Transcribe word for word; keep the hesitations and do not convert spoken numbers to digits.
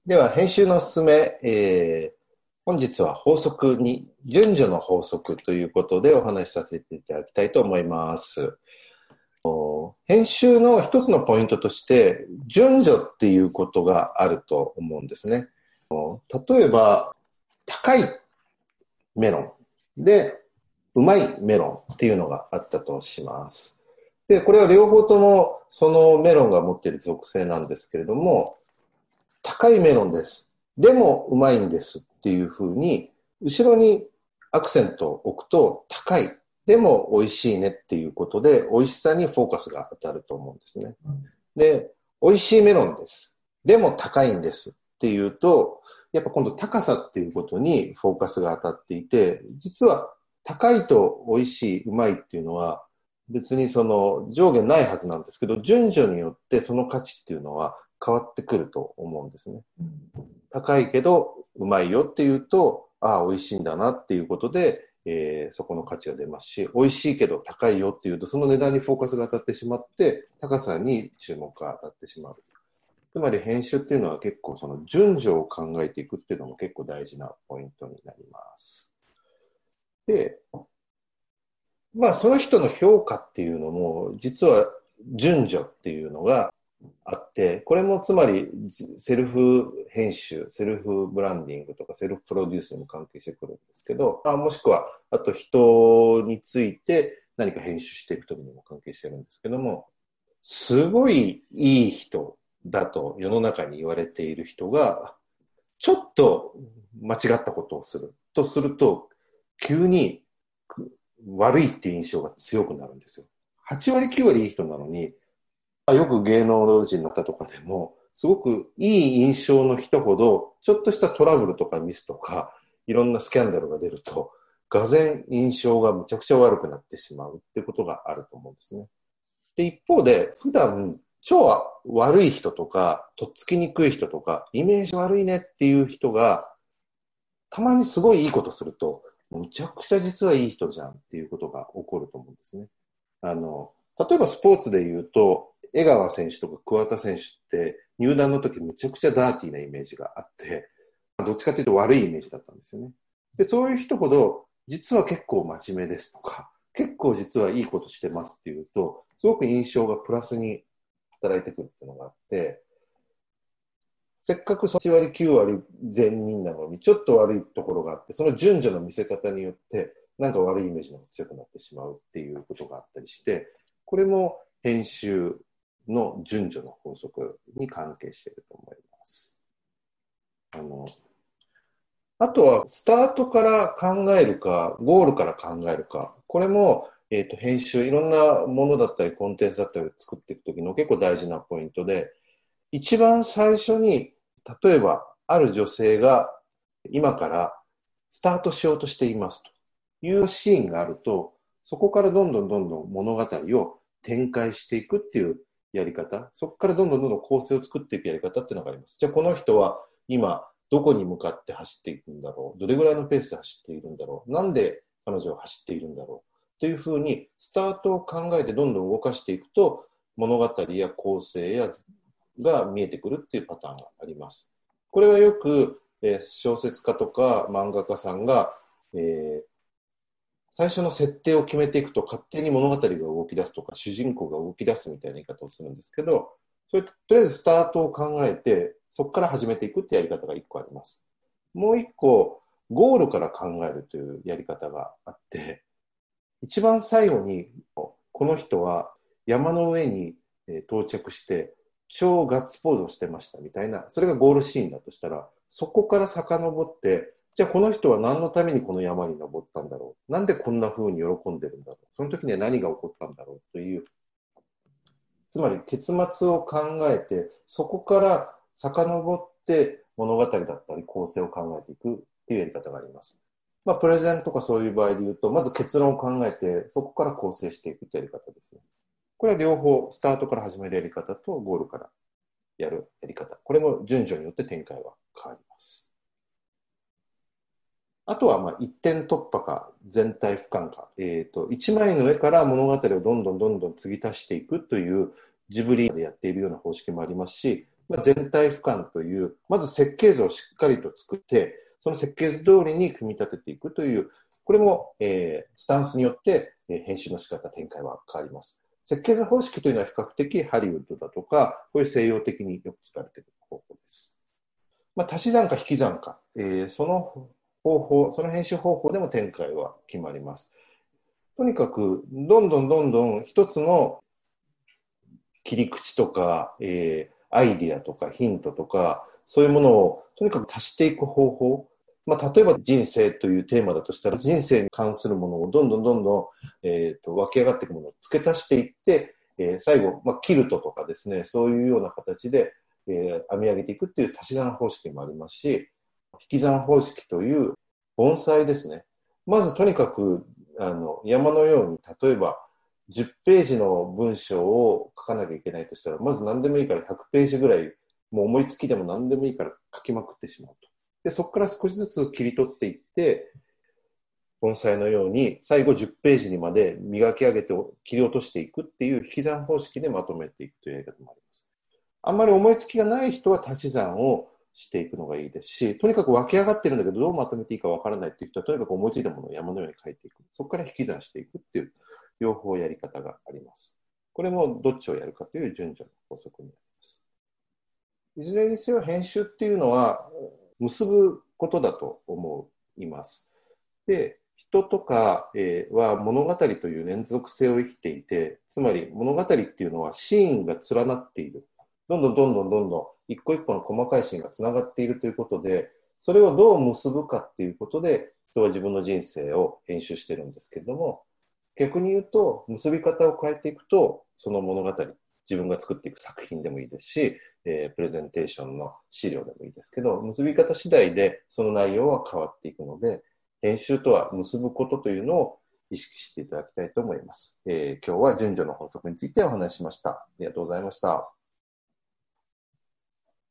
では、編集のおすすめ、えー、本日は法則に、順序の法則ということでお話しさせていただきたいと思います。編集の一つのポイントとして、順序っていうことがあると思うんですね。例えば、高いメロンで、うまいメロンっていうのがあったとします。で、これは両方ともそのメロンが持っている属性なんですけれども、高いメロンです。でもうまいんですっていうふうに、後ろにアクセントを置くと、高い。でも美味しいねっていうことで、美味しさにフォーカスが当たると思うんですね。で、美味しいメロンです。でも高いんですっていうと、やっぱ今度高さっていうことにフォーカスが当たっていて、実は高いと美味しい、うまいっていうのは、別にその上下ないはずなんですけど、順序によってその価値っていうのは変わってくると思うんですね。高いけどうまいよっていうと、ああ、美味しいんだなっていうことで、えー、そこの価値が出ますし、美味しいけど高いよっていうと、その値段にフォーカスが当たってしまって、高さに注目が当たってしまう。つまり編集っていうのは結構その順序を考えていくっていうのも結構大事なポイントになります。で、まあその人の評価っていうのも、実は順序っていうのがあって、これもつまりセルフ編集、セルフブランディングとかセルフプロデュースにも関係してくるんですけど、あもしくはあと人について何か編集していくときにも関係してるんですけども、すごいいい人だと世の中に言われている人が、ちょっと間違ったことをするとすると、急に悪いっていう印象が強くなるんですよ。はち割きゅう割いい人なのに、よく芸能人の方とかでも、すごくいい印象の人ほど、ちょっとしたトラブルとかミスとか、いろんなスキャンダルが出ると、がぜん印象がむちゃくちゃ悪くなってしまうってことがあると思うんですね。で、一方で、普段、超悪い人とか、とっつきにくい人とか、イメージ悪いねっていう人が、たまにすごいいいことすると、むちゃくちゃ実はいい人じゃんっていうことが起こると思うんですね。あの、例えばスポーツで言うと、江川選手とか桑田選手って入団の時めちゃくちゃダーティーなイメージがあって、どっちかというと悪いイメージだったんですよね。で、そういう人ほど、実は結構真面目ですとか、結構実はいいことしてますっていうと、すごく印象がプラスに働いてくるっていうのがあって、せっかくはち割きゅう割善人なのに、ちょっと悪いところがあって、その順序の見せ方によって、なんか悪いイメージの方が強くなってしまうっていうことがあったりして、これも編集の順序の法則に関係していると思います。あの、あとは、スタートから考えるか、ゴールから考えるか。これも、えっと、編集、いろんなものだったり、コンテンツだったりを作っていくときの結構大事なポイントで、一番最初に、例えば、ある女性が今からスタートしようとしていますというシーンがあると、そこからどんどんどんどん物語を展開していくっていうやり方、そこからどんどんどんどん構成を作っていくやり方っていうのがあります。じゃあこの人は今どこに向かって走っていくんだろう、どれぐらいのペースで走っているんだろう、なんで彼女は走っているんだろうというふうにスタートを考えてどんどん動かしていくと、物語や構成やが見えてくるっていうパターンがあります。これはよく、えー、小説家とか漫画家さんが、えー、最初の設定を決めていくと勝手に物語が動き出すとか主人公が動き出すみたいな言い方をするんですけど、それとりあえずスタートを考えてそこから始めていくってやり方が一個あります。もう一個、ゴールから考えるというやり方があって、一番最後にこの人は山の上に到着して超ガッツポーズをしてましたみたいな、それがゴールシーンだとしたら、そこから遡って、じゃあこの人は何のためにこの山に登ったんだろう、なんでこんな風に喜んでるんだろう、その時には何が起こったんだろうという、つまり結末を考えて、そこから遡って物語だったり構成を考えていくっていうやり方があります。まあ、プレゼンとかそういう場合で言うと、まず結論を考えて、そこから構成していくというやり方ですね。これは両方、スタートから始めるやり方とゴールからやるやり方。これも順序によって展開は変わります。あとは、まあ、一点突破か、全体俯瞰か。えっと、一枚の絵から物語をどんどんどんどん継ぎ足していくというジブリでやっているような方式もありますし、 まあ、全体俯瞰という、まず設計図をしっかりと作って、その設計図通りに組み立てていくという、これも、えー、スタンスによって、えー、編集の仕方、展開は変わります。設計図方式というのは比較的ハリウッドだとか、こういう西洋的によく使われている方法です。まあ、足し算か引き算か、えー、その方法、その編集方法でも展開は決まります。とにかく、どんどんどんどん一つの切り口とか、えー、アイディアとかヒントとか、そういうものをとにかく足していく方法。まあ、例えば人生というテーマだとしたら、人生に関するものをどんどんどんどん、えー、と湧き上がっていくものを付け足していって、えー、最後、まあ、キルトとかですね、そういうような形で、えー、編み上げていくっていう足し算方式もありますし、引き算方式という盆栽ですね。まずとにかく、あの、山のように、例えば、じゅっページの文章を書かなきゃいけないとしたら、まず何でもいいからひゃくページぐらい、もう思いつきでも何でもいいから書きまくってしまうと。で、そこから少しずつ切り取っていって、盆栽のように最後じゅっページにまで磨き上げて切り落としていくっていう引き算方式でまとめていくというやり方もあります。あんまり思いつきがない人は足し算をしていくのがいいですし、とにかく湧き上がってるんだけどどうまとめていいかわからないっていう人はとにかく思いついたものを山のように書いていく。そこから引き算していくっていう両方やり方があります。これもどっちをやるかという順序の法則になります。いずれにせよ編集っていうのは結ぶことだと思います。で、人とか、えー、は物語という連続性を生きていて、つまり物語っていうのはシーンが連なっている。どんどんどんどんどんどん一個一個の細かいシーンがつながっているということで、それをどう結ぶかっていうことで、人は自分の人生を編集してるんですけれども、逆に言うと、結び方を変えていくと、その物語、自分が作っていく作品でもいいですし、えー、プレゼンテーションの資料でもいいですけど、結び方次第でその内容は変わっていくので、編集とは結ぶことというのを意識していただきたいと思います。えー、今日は順序の法則についてお話ししました。ありがとうございました。